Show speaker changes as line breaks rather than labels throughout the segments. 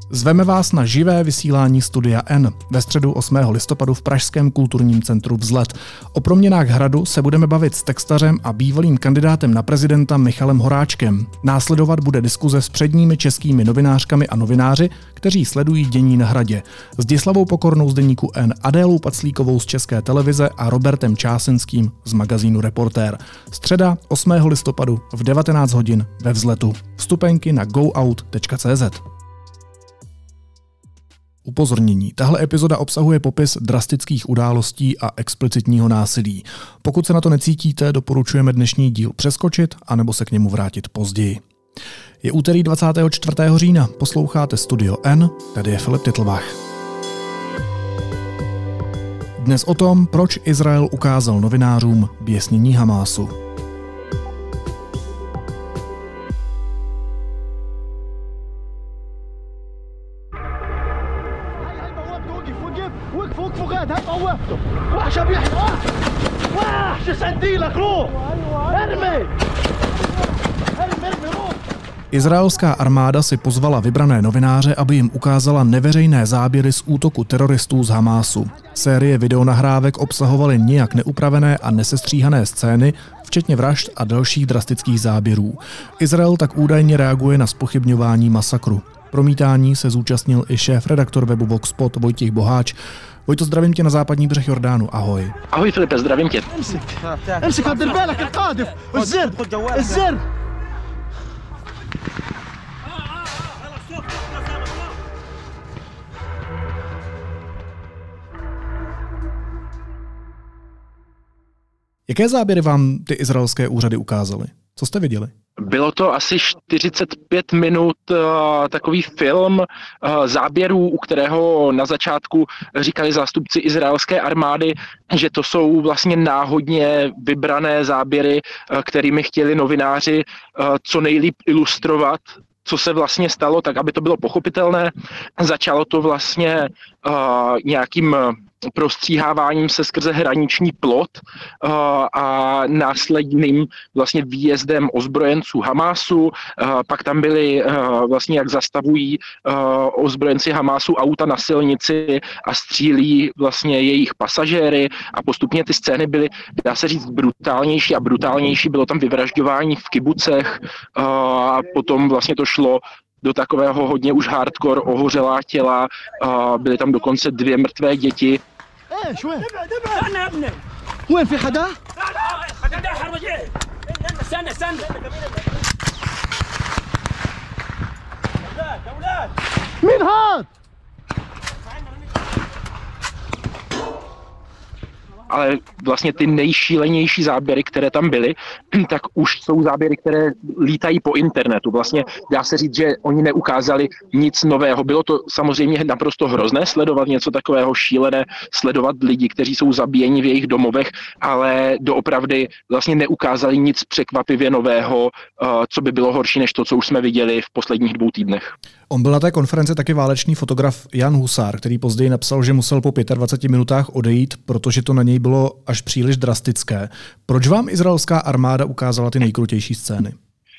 Zveme vás na živé vysílání Studia N ve středu 8. listopadu v Pražském kulturním centru Vzlet. O proměnách hradu se budeme bavit s textařem a bývalým kandidátem na prezidenta Michalem Horáčkem. Následovat bude diskuze s předními českými novinářkami a novináři, kteří sledují dění na hradě. S Zdislavou Pokornou z deníku N, Adélou Paclíkovou z České televize a Robertem Čásenským z magazínu Reportér. Středa 8. listopadu v 19 hodin ve Vzletu. Vstupenky na goout.cz. Upozornění. Tahle epizoda obsahuje popis drastických událostí a explicitního násilí. Pokud se na to necítíte, doporučujeme dnešní díl přeskočit anebo se k němu vrátit později. Je úterý 24. října, posloucháte Studio N, tady je Filip Titlbach. Dnes o tom, proč Izrael ukázal novinářům běsnění Hamásu. Izraelská armáda si pozvala vybrané novináře, aby jim ukázala neveřejné záběry z útoku teroristů z Hamásu. Série videonahrávek obsahovaly nijak neupravené a nesestříhané scény, včetně vražd a dalších drastických záběrů. Izrael tak údajně reaguje na zpochybňování masakru. Promítání se zúčastnil i šéf-redaktor webu Voxpot Vojtěch Boháč. Vojto, zdravím tě na západní břeh Jordánu. Ahoj.
Ahoj Filipe, zdravím tě.
Jaké záběry vám ty izraelské úřady ukázaly? Co jste viděli?
Bylo to asi 45 minut takový film záběrů, u kterého na začátku říkali zástupci izraelské armády, že to jsou vlastně náhodně vybrané záběry, kterými chtěli novináři co nejlíp ilustrovat, co se vlastně stalo, tak aby to bylo pochopitelné. Začalo to vlastně nějakým prostříháváním se skrze hraniční plot a následným vlastně výjezdem ozbrojenců Hamásu. Pak tam byli vlastně, jak zastavují ozbrojenci Hamásu auta na silnici a střílí vlastně jejich pasažéry a postupně ty scény byly, dá se říct, brutálnější a brutálnější. Bylo tam vyvražďování v kibucech a potom vlastně to šlo do takového hodně už hardcore, ohořelá těla, byly tam dokonce 2 mrtvé děti. Ale vlastně ty nejšílenější záběry, které tam byly, tak už jsou záběry, které lítají po internetu. Vlastně dá se říct, že oni neukázali nic nového. Bylo to samozřejmě naprosto hrozné sledovat něco takového, šílené sledovat lidi, kteří jsou zabíjeni v jejich domovech, ale doopravdy vlastně neukázali nic překvapivě nového, co by bylo horší než to, co už jsme viděli v posledních 2 týdnech.
On byl na té konferenci taky válečný fotograf Jan Husár, který později napsal, že musel po 25 minutách odejít, protože to na něj bylo až příliš drastické. Proč vám izraelská armáda ukázala ty nejkrutější scény?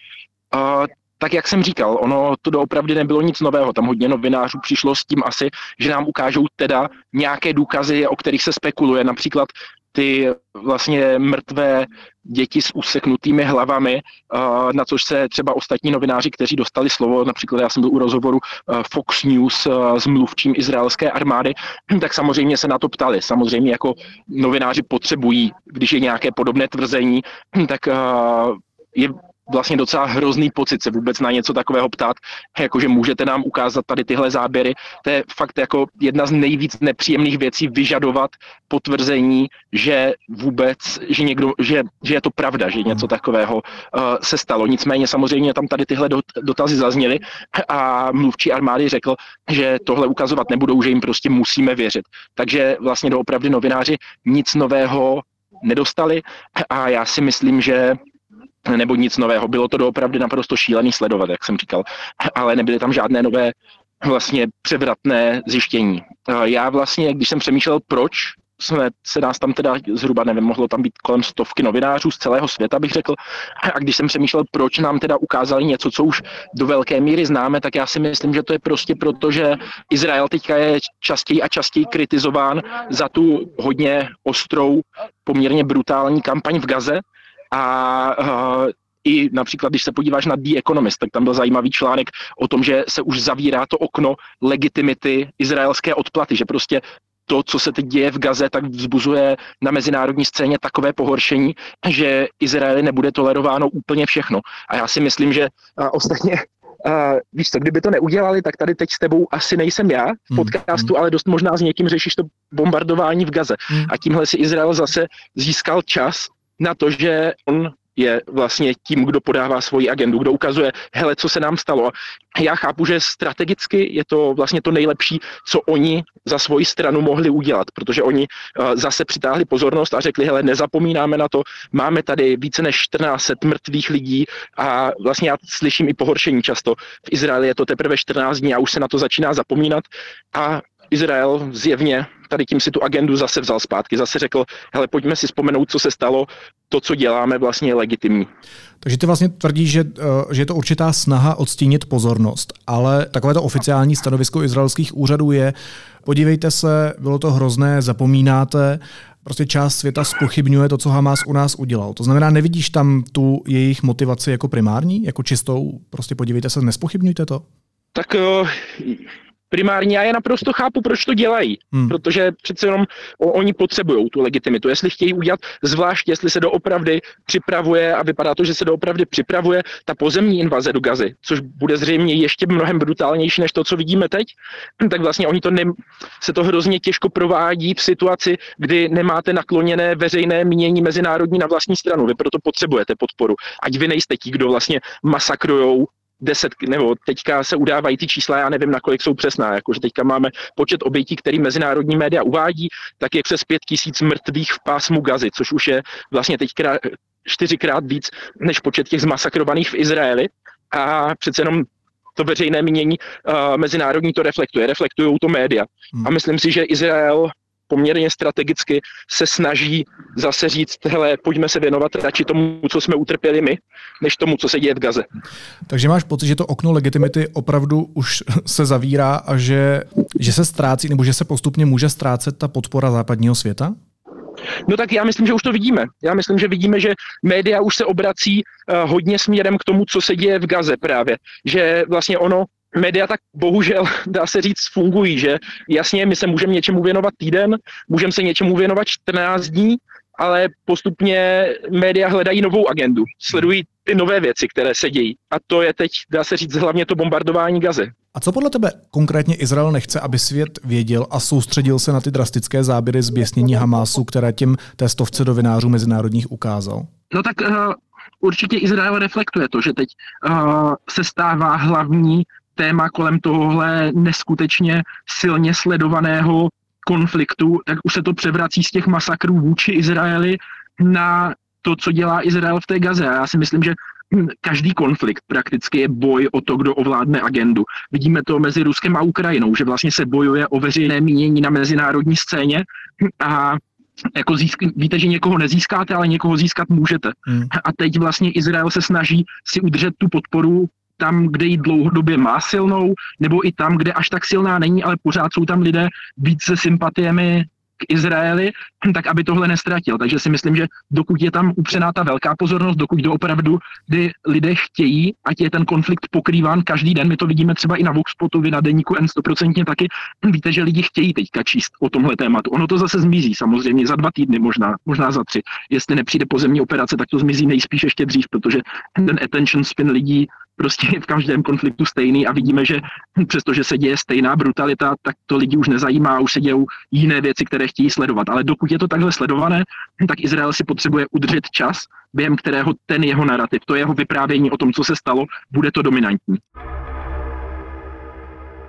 Tak jak jsem říkal, ono to doopravdy nebylo nic nového. Tam hodně novinářů přišlo s tím asi, že nám ukážou teda nějaké důkazy, o kterých se spekuluje. Například ty vlastně mrtvé děti s useknutými hlavami, na což se třeba ostatní novináři, kteří dostali slovo, například já jsem byl u rozhovoru Fox News s mluvčím izraelské armády, tak samozřejmě se na to ptali. Samozřejmě jako novináři potřebují, když je nějaké podobné tvrzení, tak je vlastně docela hrozný pocit se vůbec na něco takového ptát, jakože můžete nám ukázat tady tyhle záběry. To je fakt jako jedna z nejvíc nepříjemných věcí, vyžadovat potvrzení, že vůbec, že je to pravda, že něco takového se stalo. Nicméně samozřejmě tam tady tyhle dotazy zazněly a mluvčí armády řekl, že tohle ukazovat nebudou, že jim prostě musíme věřit. Takže vlastně doopravdy novináři nic nového nedostali a já si myslím, že nebo nic nového. Bylo to doopravdy naprosto šílený sledovat, jak jsem říkal, ale nebyly tam žádné nové vlastně převratné zjištění. Já vlastně, když jsem přemýšlel, proč se nás tam teda zhruba, nevím, mohlo tam být kolem 100 novinářů z celého světa, bych řekl. A když jsem přemýšlel, proč nám teda ukázali něco, co už do velké míry známe, tak já si myslím, že to je prostě proto, že Izrael teďka je častěji a častěji kritizován za tu hodně ostrou, poměrně brutální kampaň v Gaze. A i například, když se podíváš na The Economist, tak tam byl zajímavý článek o tom, že se už zavírá to okno legitimity izraelské odplaty, že prostě to, co se teď děje v Gaze, tak vzbuzuje na mezinárodní scéně takové pohoršení, že Izraeli nebude tolerováno úplně všechno. A já si myslím, že ostatně víš co, kdyby to neudělali, tak tady teď s tebou asi nejsem já v podcastu, ale dost možná s někým řešíš to bombardování v Gaze. A tímhle si Izrael zase získal čas na to, že on je vlastně tím, kdo podává svoji agendu, kdo ukazuje, hele, co se nám stalo. Já chápu, že strategicky je to vlastně to nejlepší, co oni za svoji stranu mohli udělat, protože oni zase přitáhli pozornost a řekli, hele, nezapomínáme na to, máme tady více než 1400 mrtvých lidí a vlastně já slyším i pohoršení často. V Izraeli je to teprve 14 dní a už se na to začíná zapomínat a Izrael zjevně tady tím si tu agendu zase vzal zpátky, zase řekl, hele, pojďme si vzpomenout, co se stalo, to, co děláme, vlastně je legitimní.
Takže ty vlastně tvrdíš, že je to určitá snaha odstínit pozornost, ale takovéto oficiální stanovisko izraelských úřadů je, podívejte se, bylo to hrozné, zapomínáte, prostě část světa zpochybňuje to, co Hamas u nás udělal. To znamená, nevidíš tam tu jejich motivaci jako primární, jako čistou, prostě podívejte se, nespochybňujte to?
Tak primárně já je naprosto chápu, proč to dělají, protože přece jenom oni potřebují tu legitimitu. Jestli chtějí udělat, zvlášť jestli se doopravdy připravuje a vypadá to, že se doopravdy připravuje ta pozemní invaze do Gazy, což bude zřejmě ještě mnohem brutálnější než to, co vidíme teď, tak vlastně oni se to hrozně těžko provádí v situaci, kdy nemáte nakloněné veřejné mínění mezinárodní na vlastní stranu. Vy proto potřebujete podporu. Ať vy nejste ti, kdo vlastně masakrujou 10, nebo teďka se udávají ty čísla, já nevím, nakolik jsou přesná, jakože teďka máme počet obětí, který mezinárodní média uvádí, tak je přes 5000 mrtvých v pásmu Gazy, což už je vlastně teďka 4krát víc než počet těch zmasakrovaných v Izraeli a přece jenom to veřejné mínění mezinárodní to reflektují to média. A myslím si, že Izrael poměrně strategicky se snaží zase říct, hele, pojďme se věnovat radši tomu, co jsme utrpěli my, než tomu, co se děje v Gaze.
Takže máš pocit, že to okno legitimity opravdu už se zavírá a že se ztrácí, nebo že se postupně může ztrácet ta podpora západního světa?
No tak já myslím, že už to vidíme. Já myslím, že vidíme, že média už se obrací hodně směrem k tomu, co se děje v Gaze právě. Že vlastně média tak bohužel, dá se říct, fungují, že jasně, my se můžeme něčemu věnovat týden, můžeme se něčemu věnovat 14 dní, ale postupně média hledají novou agendu, sledují ty nové věci, které se dějí. A to je teď, dá se říct, hlavně to bombardování Gazy.
A co podle tebe konkrétně Izrael nechce, aby svět věděl a soustředil se na ty drastické záběry zběsnění Hamásu, které té stovce novinářů mezinárodních ukázal?
No tak určitě Izrael reflektuje to, že teď se stává hlavní téma kolem tohohle neskutečně silně sledovaného konfliktu, tak už se to převrací z těch masakrů vůči Izraeli na to, co dělá Izrael v té Gaze. A já si myslím, že každý konflikt prakticky je boj o to, kdo ovládne agendu. Vidíme to mezi Ruskem a Ukrajinou, že vlastně se bojuje o veřejné mínění na mezinárodní scéně a jako víte, že někoho nezískáte, ale někoho získat můžete. A teď vlastně Izrael se snaží si udržet tu podporu tam, kde ji dlouhodobě má silnou, nebo i tam, kde až tak silná není, ale pořád jsou tam lidé víc se sympatiemi k Izraeli, tak aby tohle nestratil. Takže si myslím, že dokud je tam upřená ta velká pozornost, dokud doopravdu, kdy lidé chtějí, ať je ten konflikt pokrýván každý den, my to vidíme třeba i na Voxpotu, vy na deníku N 100% taky, víte, že lidi chtějí teďka číst o tomhle tématu. Ono to zase zmizí samozřejmě za 2 týdny, možná za 3. Jestli nepřijde pozemní operace, tak to zmizí nejspíš ještě dřív, protože ten attention span lidí prostě je v každém konfliktu stejný a vidíme, že přestože se děje stejná brutalita, tak to lidi už nezajímá, už se dějou jiné věci, které chtějí sledovat. Ale dokud je to takhle sledované, tak Izrael si potřebuje udržet čas, během kterého ten jeho narrativ, to jeho vyprávění o tom, co se stalo, bude to dominantní.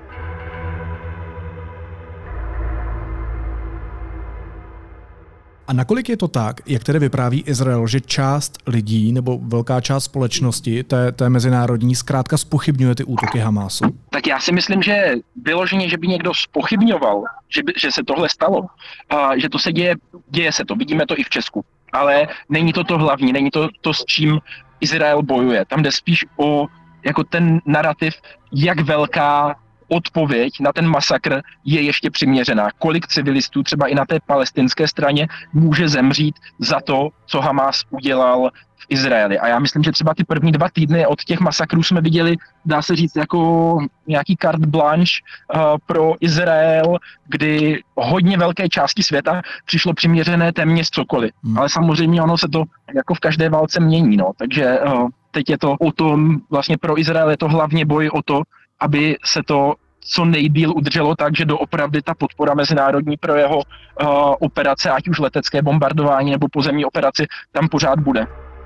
A A nakolik je to tak, jak tedy vypráví Izrael, že část lidí nebo velká část společnosti, té mezinárodní, zkrátka zpochybňuje ty útoky Hamásu?
Tak já si myslím, že vyloženě, že by někdo zpochybňoval, že se tohle stalo, že to se děje se to, vidíme to i v Česku. Ale není to hlavní, není to, s čím Izrael bojuje. Tam jde spíš o jako ten narrativ, jak velká odpověď na ten masakr je ještě přiměřená. Kolik civilistů třeba i na té palestinské straně může zemřít za to, co Hamás udělal v Izraeli. A já myslím, že třeba ty první 2 týdny od těch masakrů jsme viděli, dá se říct, jako nějaký carte blanche pro Izrael, kdy hodně velké části světa přišlo přiměřené téměř cokoliv. Ale samozřejmě ono se to jako v každé válce mění. No. Takže teď je to o tom, vlastně pro Izrael je to hlavně boj o to, aby se to co nejdýl udrželo tak, že doopravdy ta podpora mezinárodní pro jeho operace, ať už letecké bombardování nebo pozemní operaci, tam pořád bude.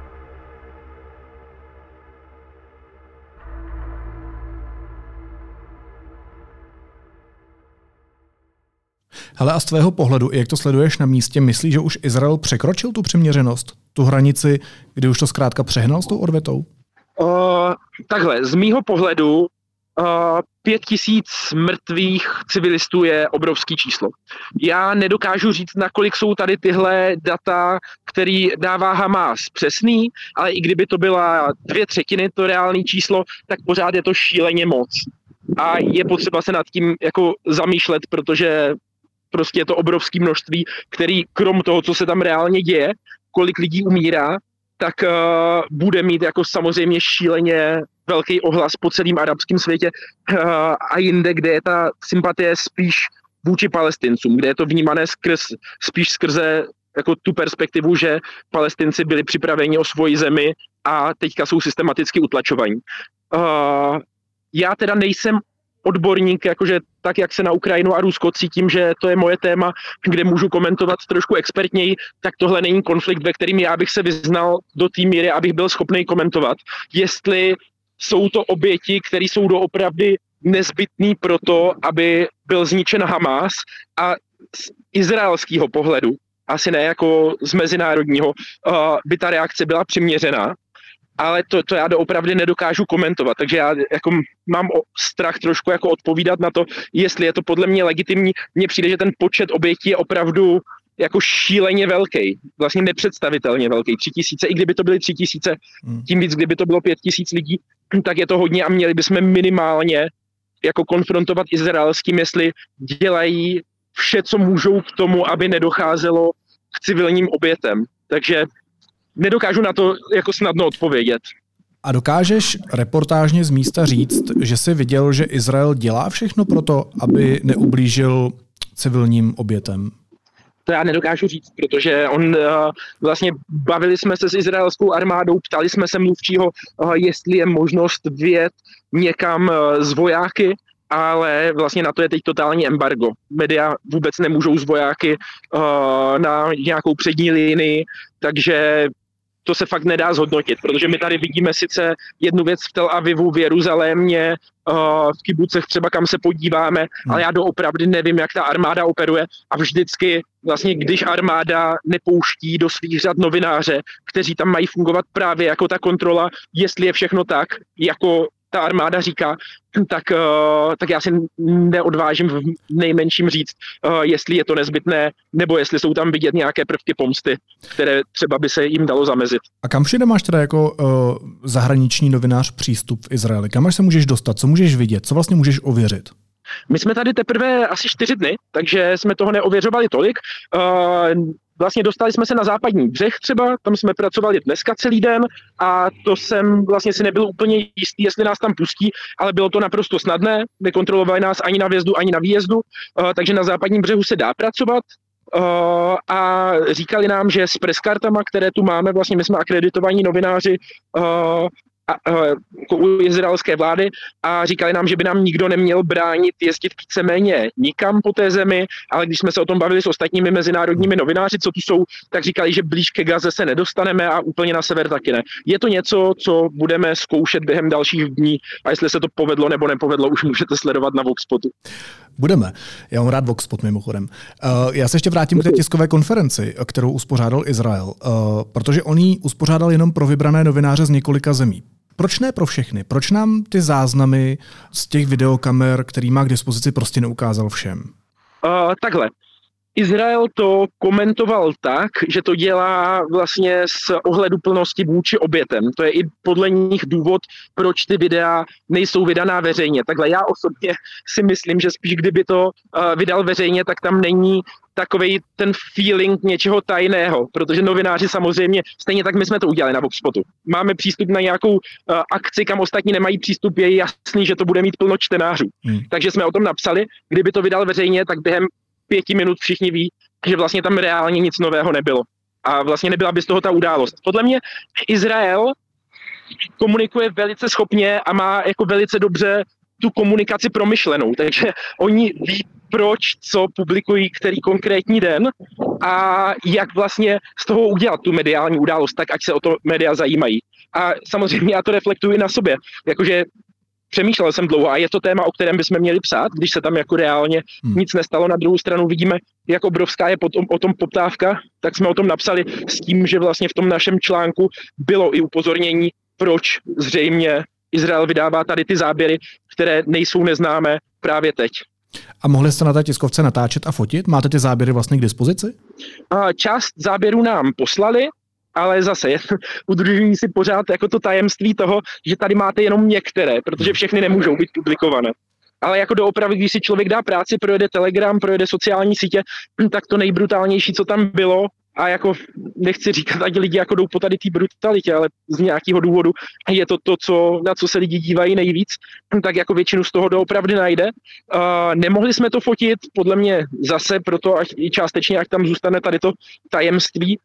Hele, a z tvého pohledu, jak to sleduješ na místě, myslíš, že už Izrael překročil tu přiměřenost, tu hranici, kdy už to zkrátka přehnal s tou odvetou?
Takhle, z mýho pohledu 5000 mrtvých civilistů je obrovský číslo. Já nedokážu říct, nakolik jsou tady tyhle data, který dává Hamás přesný, ale i kdyby to byla 2/3 to reálné číslo, tak pořád je to šíleně moc. A je potřeba se nad tím jako zamýšlet, protože prostě je to obrovské množství, který krom toho, co se tam reálně děje, kolik lidí umírá, tak bude mít jako samozřejmě šíleně velký ohlas po celém arabském světě a jinde, kde je ta sympatie spíš vůči Palestincům, kde je to vnímané spíš skrze jako tu perspektivu, že Palestinci byli připraveni o svoji zemi a teďka jsou systematicky utlačovaní. Já teda nejsem odborník, jakože tak, jak se na Ukrajinu a Rusko cítím, že to je moje téma, kde můžu komentovat trošku expertněji, tak tohle není konflikt, ve kterým já bych se vyznal do té míry, abych byl schopný komentovat, jestli jsou to oběti, které jsou doopravdy nezbytný pro to, aby byl zničen Hamás, a z izraelského pohledu, asi ne jako z mezinárodního, by ta reakce byla přiměřená. Ale to já doopravdy nedokážu komentovat, takže já jako mám strach trošku jako odpovídat na to, jestli je to podle mě legitimní. Mně přijde, že ten počet obětí je opravdu jako šíleně velký, vlastně nepředstavitelně velký. 3000, i kdyby to byly 3000, tím víc, kdyby to bylo 5000 lidí, tak je to hodně a měli bychom minimálně jako konfrontovat Izrael s tím, jestli dělají vše, co můžou k tomu, aby nedocházelo k civilním obětem. Takže nedokážu na to jako snadno odpovědět.
A dokážeš reportážně z místa říct, že jsi viděl, že Izrael dělá všechno pro to, aby neublížil civilním obětem?
To já nedokážu říct, protože vlastně bavili jsme se s izraelskou armádou, ptali jsme se mluvčího, jestli je možnost vyjet někam z vojáky, ale vlastně na to je teď totální embargo. Média vůbec nemůžou z vojáky na nějakou přední linii, takže to se fakt nedá zhodnotit, protože my tady vidíme sice jednu věc v Tel Avivu, v Jeruzalémě, v kibucech třeba, kam se podíváme, ale já doopravdy nevím, jak ta armáda operuje, a vždycky vlastně, když armáda nepouští do svých řad novináře, kteří tam mají fungovat právě jako ta kontrola, jestli je všechno tak, jako ta armáda říká, tak já si neodvážím v nejmenším říct, jestli je to nezbytné, nebo jestli jsou tam vidět nějaké prvky pomsty, které třeba by se jim dalo zamezit.
A kam všude máš teda jako zahraniční novinář přístup v Izraeli? Kam až se můžeš dostat? Co můžeš vidět? Co vlastně můžeš ověřit?
My jsme tady teprve asi 4 dny, takže jsme toho neověřovali tolik. Vlastně dostali jsme se na západní břeh třeba, tam jsme pracovali dneska celý den a to jsem vlastně si nebyl úplně jistý, jestli nás tam pustí, ale bylo to naprosto snadné, nekontrolovali nás ani na vjezdu, ani na výjezdu, takže na západním břehu se dá pracovat. A říkali nám, že s preskartama, které tu máme, vlastně my jsme akreditovaní novináři u izraelské vlády, a říkali nám, že by nám nikdo neměl bránit jezdit víceméně nikam po té zemi, ale když jsme se o tom bavili s ostatními mezinárodními novináři, co tu jsou, tak říkali, že blíž ke Gaze se nedostaneme a úplně na sever taky ne. Je to něco, co budeme zkoušet během dalších dní, a jestli se to povedlo nebo nepovedlo, už můžete sledovat na Voxpotu.
Budeme. Já mám rád Voxpot mimochodem. Já se ještě vrátím k té tiskové konferenci, kterou uspořádal Izrael, protože on ji uspořádal jenom pro vybrané novináře z několika zemí. Proč ne pro všechny? Proč nám ty záznamy z těch videokamer, který má k dispozici, prostě neukázal všem?
Takhle. Izrael to komentoval tak, že to dělá vlastně z ohleduplnosti vůči obětem. To je i podle nich důvod, proč ty videa nejsou vydaná veřejně. Takhle já osobně si myslím, že spíš kdyby to vydal veřejně, tak tam není takovej ten feeling něčeho tajného, protože novináři samozřejmě, stejně tak my jsme to udělali na Voxpotu. Máme přístup na nějakou akci, kam ostatní nemají přístup, je jasný, že to bude mít plno čtenářů. Takže jsme o tom napsali, kdyby to vydal veřejně, tak během 5 minut všichni ví, že vlastně tam reálně nic nového nebylo. A vlastně nebyla by z toho ta událost. Podle mě Izrael komunikuje velice schopně a má jako velice dobře tu komunikaci promyšlenou. Takže oni ví, proč, co publikují který konkrétní den a jak vlastně z toho udělat tu mediální událost, tak ať se o to média zajímají. A samozřejmě já to reflektuji i na sobě. Jakože přemýšlel jsem dlouho a je to téma, o kterém bychom měli psát, když se tam jako reálně nic nestalo. Na druhou stranu vidíme, jak obrovská je o tom poptávka, tak jsme o tom napsali s tím, že vlastně v tom našem článku bylo i upozornění, proč zřejmě Izrael vydává tady ty záběry, které nejsou neznámé právě teď.
A mohli jste na té tiskovce natáčet a fotit? Máte ty záběry vlastně k dispozici?
Část záběrů nám poslali, ale zase udržují si pořád jako to tajemství toho, že tady máte jenom některé, protože všechny nemůžou být publikované. Ale jako doopravdy, když si člověk dá práci, projede Telegram, projede sociální sítě, tak to nejbrutálnější, co tam bylo, a jako nechci říkat, ať lidi jako jdou po tady té brutalitě, ale z nějakého důvodu je to na co se lidi dívají nejvíc, tak jako většinu z toho doopravdy najde. Nemohli jsme to fotit, podle mě zase proto, i částečně, ať tam zůstane tady to tajemství,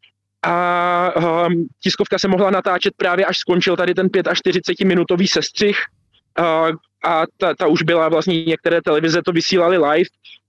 a tiskovka se mohla natáčet právě až skončil tady ten 45-minutový sestřih a ta už byla vlastně, některé televize to vysílali live,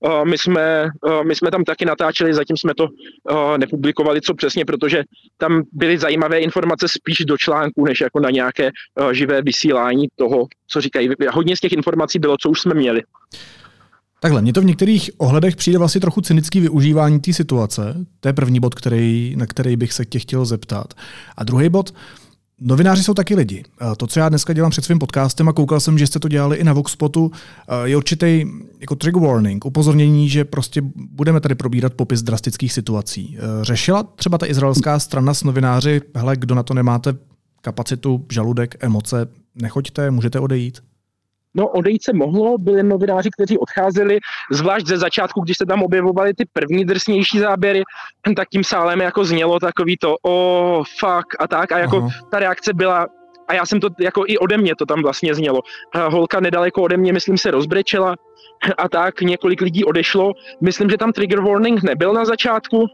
my jsme tam taky natáčeli, zatím jsme to nepublikovali, co přesně, protože tam byly zajímavé informace spíš do článku, než jako na nějaké živé vysílání toho, co říkají. Hodně z těch informací bylo, co už jsme měli.
Takhle, mně to v některých ohledech přijde vlastně trochu cynický využívání té situace. To je první bod, na který bych se tě chtěl zeptat. A druhý bod, novináři jsou taky lidi. To, co já dneska dělám před svým podcastem a koukal jsem, že jste to dělali i na Voxpotu, je určitý jako trigger warning, upozornění, že prostě budeme tady probírat popis drastických situací. Řešila třeba ta izraelská strana s novináři, hele, kdo na to nemáte kapacitu, žaludek, emoce, nechoďte, můžete odejít?
No, odejít se mohlo, byli novináři, kteří odcházeli, zvlášť ze začátku, když se tam objevovaly ty první drsnější záběry, tak tím sálem jako znělo takový to fuck a tak a jako ta reakce byla, a já jsem to jako i ode mě to tam vlastně znělo. Holka nedaleko ode mě, myslím, se rozbrečela a tak, několik lidí odešlo. Myslím, že tam trigger warning nebyl na začátku,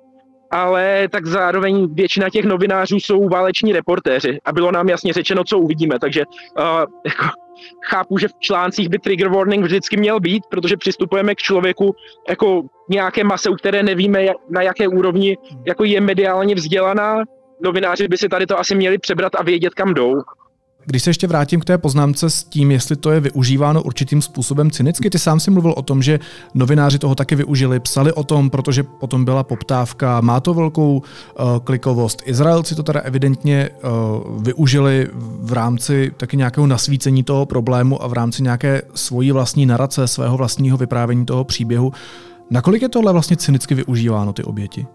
ale tak zároveň většina těch novinářů jsou váleční reportéři a bylo nám jasně řečeno, co uvidíme, takže jako chápu, že v článcích by trigger warning vždycky měl být, protože přistupujeme k člověku jako nějaké mase, u které nevíme, na jaké úrovni jako je mediálně vzdělaná. Novináři by si tady to asi měli přebrat a vědět, kam jdou.
Když se ještě vrátím k té poznámce s tím, jestli to je využíváno určitým způsobem cynicky, ty sám si mluvil o tom, že novináři toho taky využili, psali o tom, protože potom byla poptávka, má to velkou klikovost. Izraelci to teda evidentně využili v rámci taky nějakého nasvícení toho problému a v rámci nějaké svojí vlastní narace, svého vlastního vyprávění toho příběhu. Nakolik je tohle vlastně cynicky využíváno, ty oběti?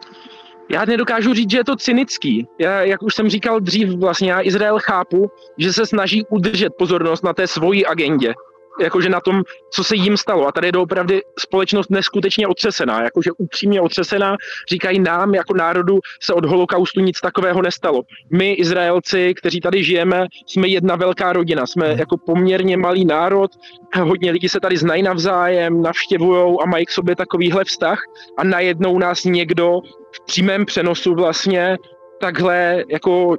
Já nedokážu říct, že je to cynický. Jak už jsem říkal dřív, vlastně já Izrael chápu, že se snaží udržet pozornost na té svojí agendě. Jakože na tom, co se jim stalo. A tady je doopravdy společnost neskutečně otřesená, jakože upřímně otřesená. Říkají nám, jako národu, se od holokaustu nic takového nestalo. My, Izraelci, kteří tady žijeme, jsme jedna velká rodina. Jsme jako poměrně malý národ, hodně lidí se tady znají navzájem, navštěvujou a mají k sobě takovýhle vztah. A najednou nás někdo v přímém přenosu vlastně takhle jako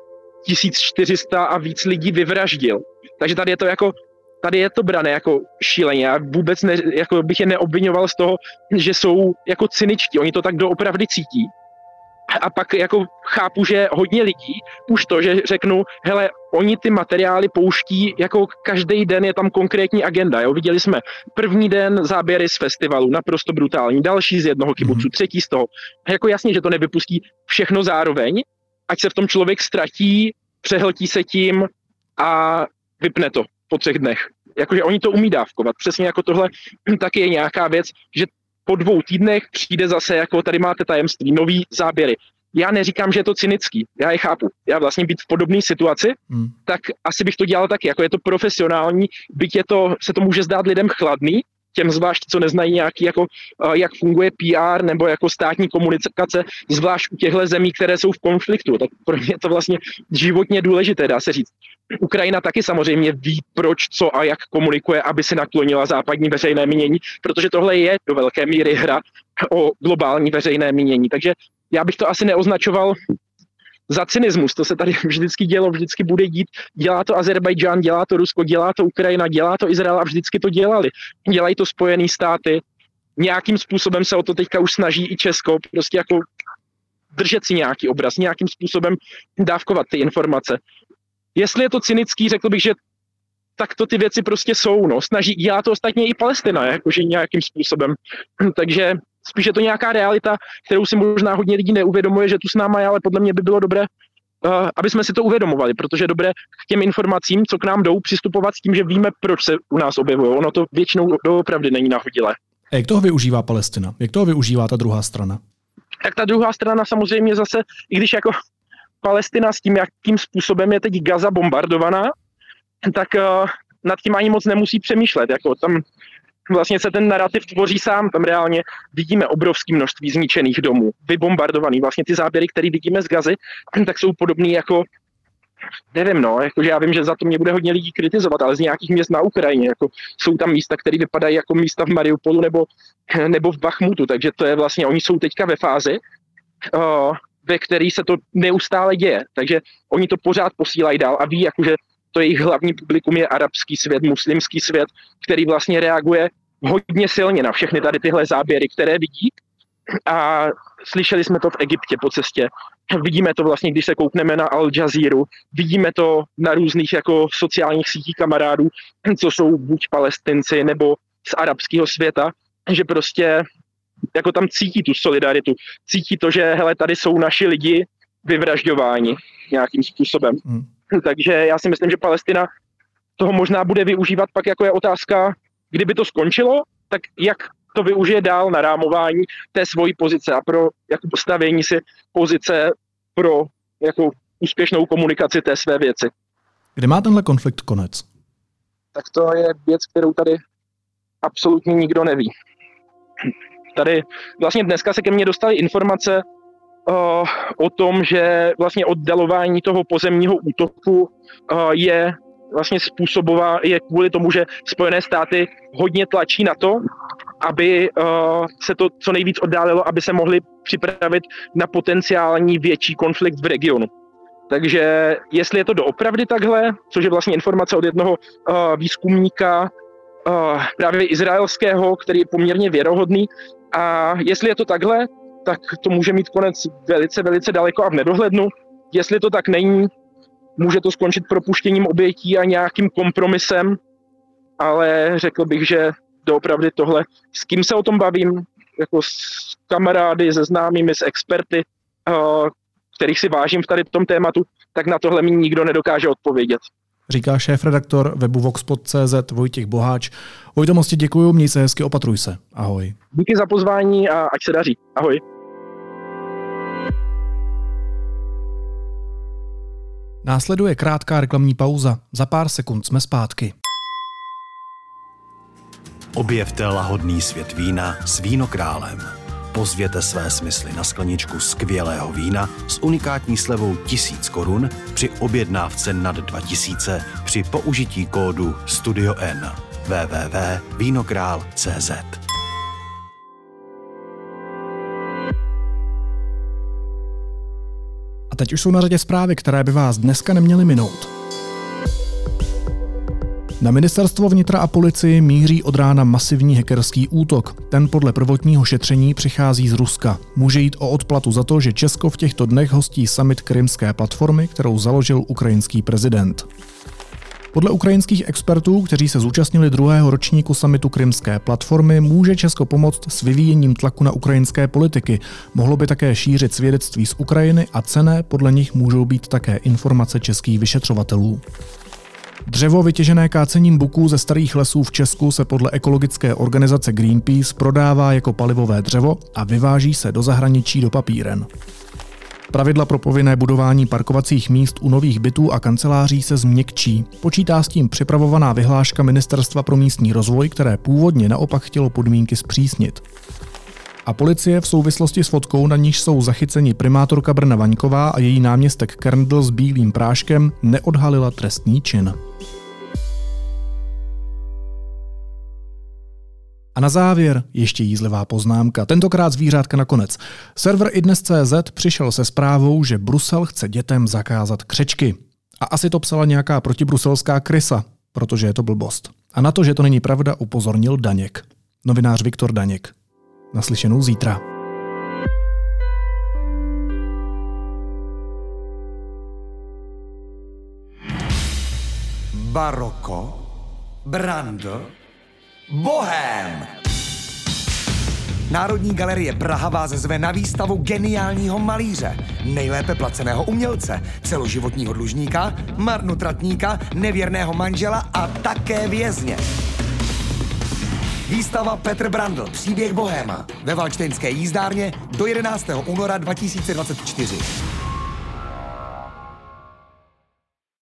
1400 a víc lidí vyvraždil. Takže tady je to brané jako šíleně. Já vůbec jako bych je neobvinoval z toho, že jsou jako cyničtí. Oni to tak doopravdy cítí. A pak jako chápu, že hodně lidí už to, že řeknu, hele, oni ty materiály pouští, jako každý den je tam konkrétní agenda. Jo? Viděli jsme první den záběry z festivalu, naprosto brutální, další z jednoho kibucu, třetí z toho. Jako jasně, že to nevypustí všechno zároveň, ať se v tom člověk ztratí, přehltí se tím a vypne to po 3 dnech. Jakože oni to umí dávkovat. Přesně jako tohle taky je nějaká věc, že po 2 týdnech přijde zase, jako tady máte tajemství, nový záběry. Já neříkám, že je to cynický, já je chápu. Já vlastně být v podobné situaci, tak asi bych to dělal taky, jako je to profesionální, byť se to může zdát lidem chladný, těm zvlášť, co neznají nějaký, jako, jak funguje PR nebo jako státní komunikace, zvlášť u těchto zemí, které jsou v konfliktu. Tak pro mě je to vlastně životně důležité, dá se říct. Ukrajina taky samozřejmě ví, proč, co a jak komunikuje, aby si naklonila západní veřejné mínění, protože tohle je do velké míry hra o globální veřejné mínění. Takže já bych to asi neoznačoval za cynismus, to se tady vždycky dělo, vždycky bude dít. Dělá to Azerbajdžán, dělá to Rusko, dělá to Ukrajina, dělá to Izrael a vždycky to dělali. Dělají to Spojené státy, nějakým způsobem se o to teďka už snaží i Česko, prostě jako držet si nějaký obraz, nějakým způsobem dávkovat ty informace. Jestli je to cynický, řekl bych, že takto ty věci prostě jsou, no. Dělá to ostatně i Palestina, jakože nějakým způsobem. Takže spíš je to nějaká realita, kterou si možná hodně lidí neuvědomuje, že tu s náma je, ale podle mě by bylo dobré, aby jsme si to uvědomovali, protože je dobré k těm informacím, co k nám jdou, přistupovat s tím, že víme, proč se u nás objevují. Ono to většinou doopravdy není nahodilé.
A jak toho využívá Palestina? Jak toho využívá ta druhá strana?
Tak ta druhá strana samozřejmě zase, i když jako Palestina s tím, jakým způsobem je teď Gaza bombardovaná, tak nad tím ani moc nemusí přemýšlet. Jako tam vlastně se ten narrativ tvoří sám, tam reálně vidíme obrovské množství zničených domů, vybombardovaný. Vlastně ty záběry, které vidíme z Gazy, tak jsou podobný jako, nevím, no, jakože já vím, že za to mě bude hodně lidí kritizovat, ale z nějakých měst na Ukrajině, jako jsou tam místa, které vypadají jako místa v Mariupolu nebo v Bachmutu, takže to je vlastně, oni jsou teďka ve fázi, ve který se to neustále děje, takže oni to pořád posílají dál a ví, jakože to jejich hlavní publikum je arabský svět, muslimský svět, který vlastně reaguje hodně silně na všechny tady tyhle záběry, které vidí. A slyšeli jsme to v Egyptě po cestě. Vidíme to vlastně, když se koukneme na Al Jazeeru. Vidíme to na různých jako sociálních sítích kamarádů, co jsou buď Palestinci nebo z arabského světa, že prostě jako tam cítí tu solidaritu. Cítí to, že hele, tady jsou naši lidi vyvražďováni nějakým způsobem. Takže já si myslím, že Palestina toho možná bude využívat, pak jako je otázka, kdyby to skončilo, tak jak to využije dál na rámování té svojí pozice a pro jako postavení si pozice pro jako úspěšnou komunikaci té své věci.
Kde má tenhle konflikt konec?
Tak to je věc, kterou tady absolutně nikdo neví. Tady vlastně dneska se ke mně dostaly informace o tom, že vlastně oddalování toho pozemního útoku je vlastně je kvůli tomu, že Spojené státy hodně tlačí na to, aby se to co nejvíc oddálilo, aby se mohli připravit na potenciální větší konflikt v regionu. Takže jestli je to doopravdy takhle, což je vlastně informace od jednoho výzkumníka právě izraelského, který je poměrně věrohodný, a jestli je to takhle, tak to může mít konec velice, velice daleko a v nedohlednu. Jestli to tak není, může to skončit propuštěním obětí a nějakým kompromisem, ale řekl bych, že doopravdy tohle, s kým se o tom bavím, jako s kamarády, se známými, s experty, kterých si vážím v tady tom tématu, tak na tohle mi nikdo nedokáže odpovědět.
Říká šéfredaktor webu Voxpod.cz Vojtěch Boháč. Vojto, moc ti děkuju, měj se hezky, opatruj se. Ahoj.
Díky za pozvání a ať se daří. Ahoj.
Následuje krátká reklamní pauza. Za pár sekund jsme zpátky.
Objevte lahodný svět vína s Vínokrálem. Pozvěte své smysly na skleničku skvělého vína s unikátní slevou 1000 korun při objednávce nad 2000 při použití kódu Studio N. www.vinokrál.cz.
A teď už jsou na řadě zprávy, které by vás dneska neměly minout. Na ministerstvo vnitra a policii míří od rána masivní hackerský útok. Ten podle prvotního šetření přichází z Ruska. Může jít o odplatu za to, že Česko v těchto dnech hostí summit Krymské platformy, kterou založil ukrajinský prezident. Podle ukrajinských expertů, kteří se zúčastnili druhého ročníku summitu Krymské platformy, může Česko pomoct s vyvíjením tlaku na ukrajinské politiky. Mohlo by také šířit svědectví z Ukrajiny a cenné podle nich můžou být také informace českých vyšetřovatelů. Dřevo vytěžené kácením buků ze starých lesů v Česku se podle ekologické organizace Greenpeace prodává jako palivové dřevo a vyváží se do zahraničí do papíren. Pravidla pro povinné budování parkovacích míst u nových bytů a kanceláří se změkčí. Počítá s tím připravovaná vyhláška Ministerstva pro místní rozvoj, které původně naopak chtělo podmínky zpřísnit. A policie v souvislosti s fotkou, na níž jsou zachyceni primátorka Brna Vaňková a její náměstek Kerndl s bílým práškem, neodhalila trestný čin. A na závěr ještě jízlivá poznámka, tentokrát zvířátka nakonec. Server iDnes.cz přišel se zprávou, že Brusel chce dětem zakázat křečky. A asi to psala nějaká protibruselská krysa, protože je to blbost. A na to, že to není pravda, upozornil Daněk. Novinář Viktor Daněk. Naslyšenou zítra.
Baroko, Brandl, Bohém. Národní galerie Praha vás zve na výstavu geniálního malíře, nejlépe placeného umělce, celoživotního dlužníka, marnotratníka, nevěrného manžela a také vězně. Výstava Petr Brandl, příběh Bohéma ve Valdštejnské jízdárně do 11. února 2024.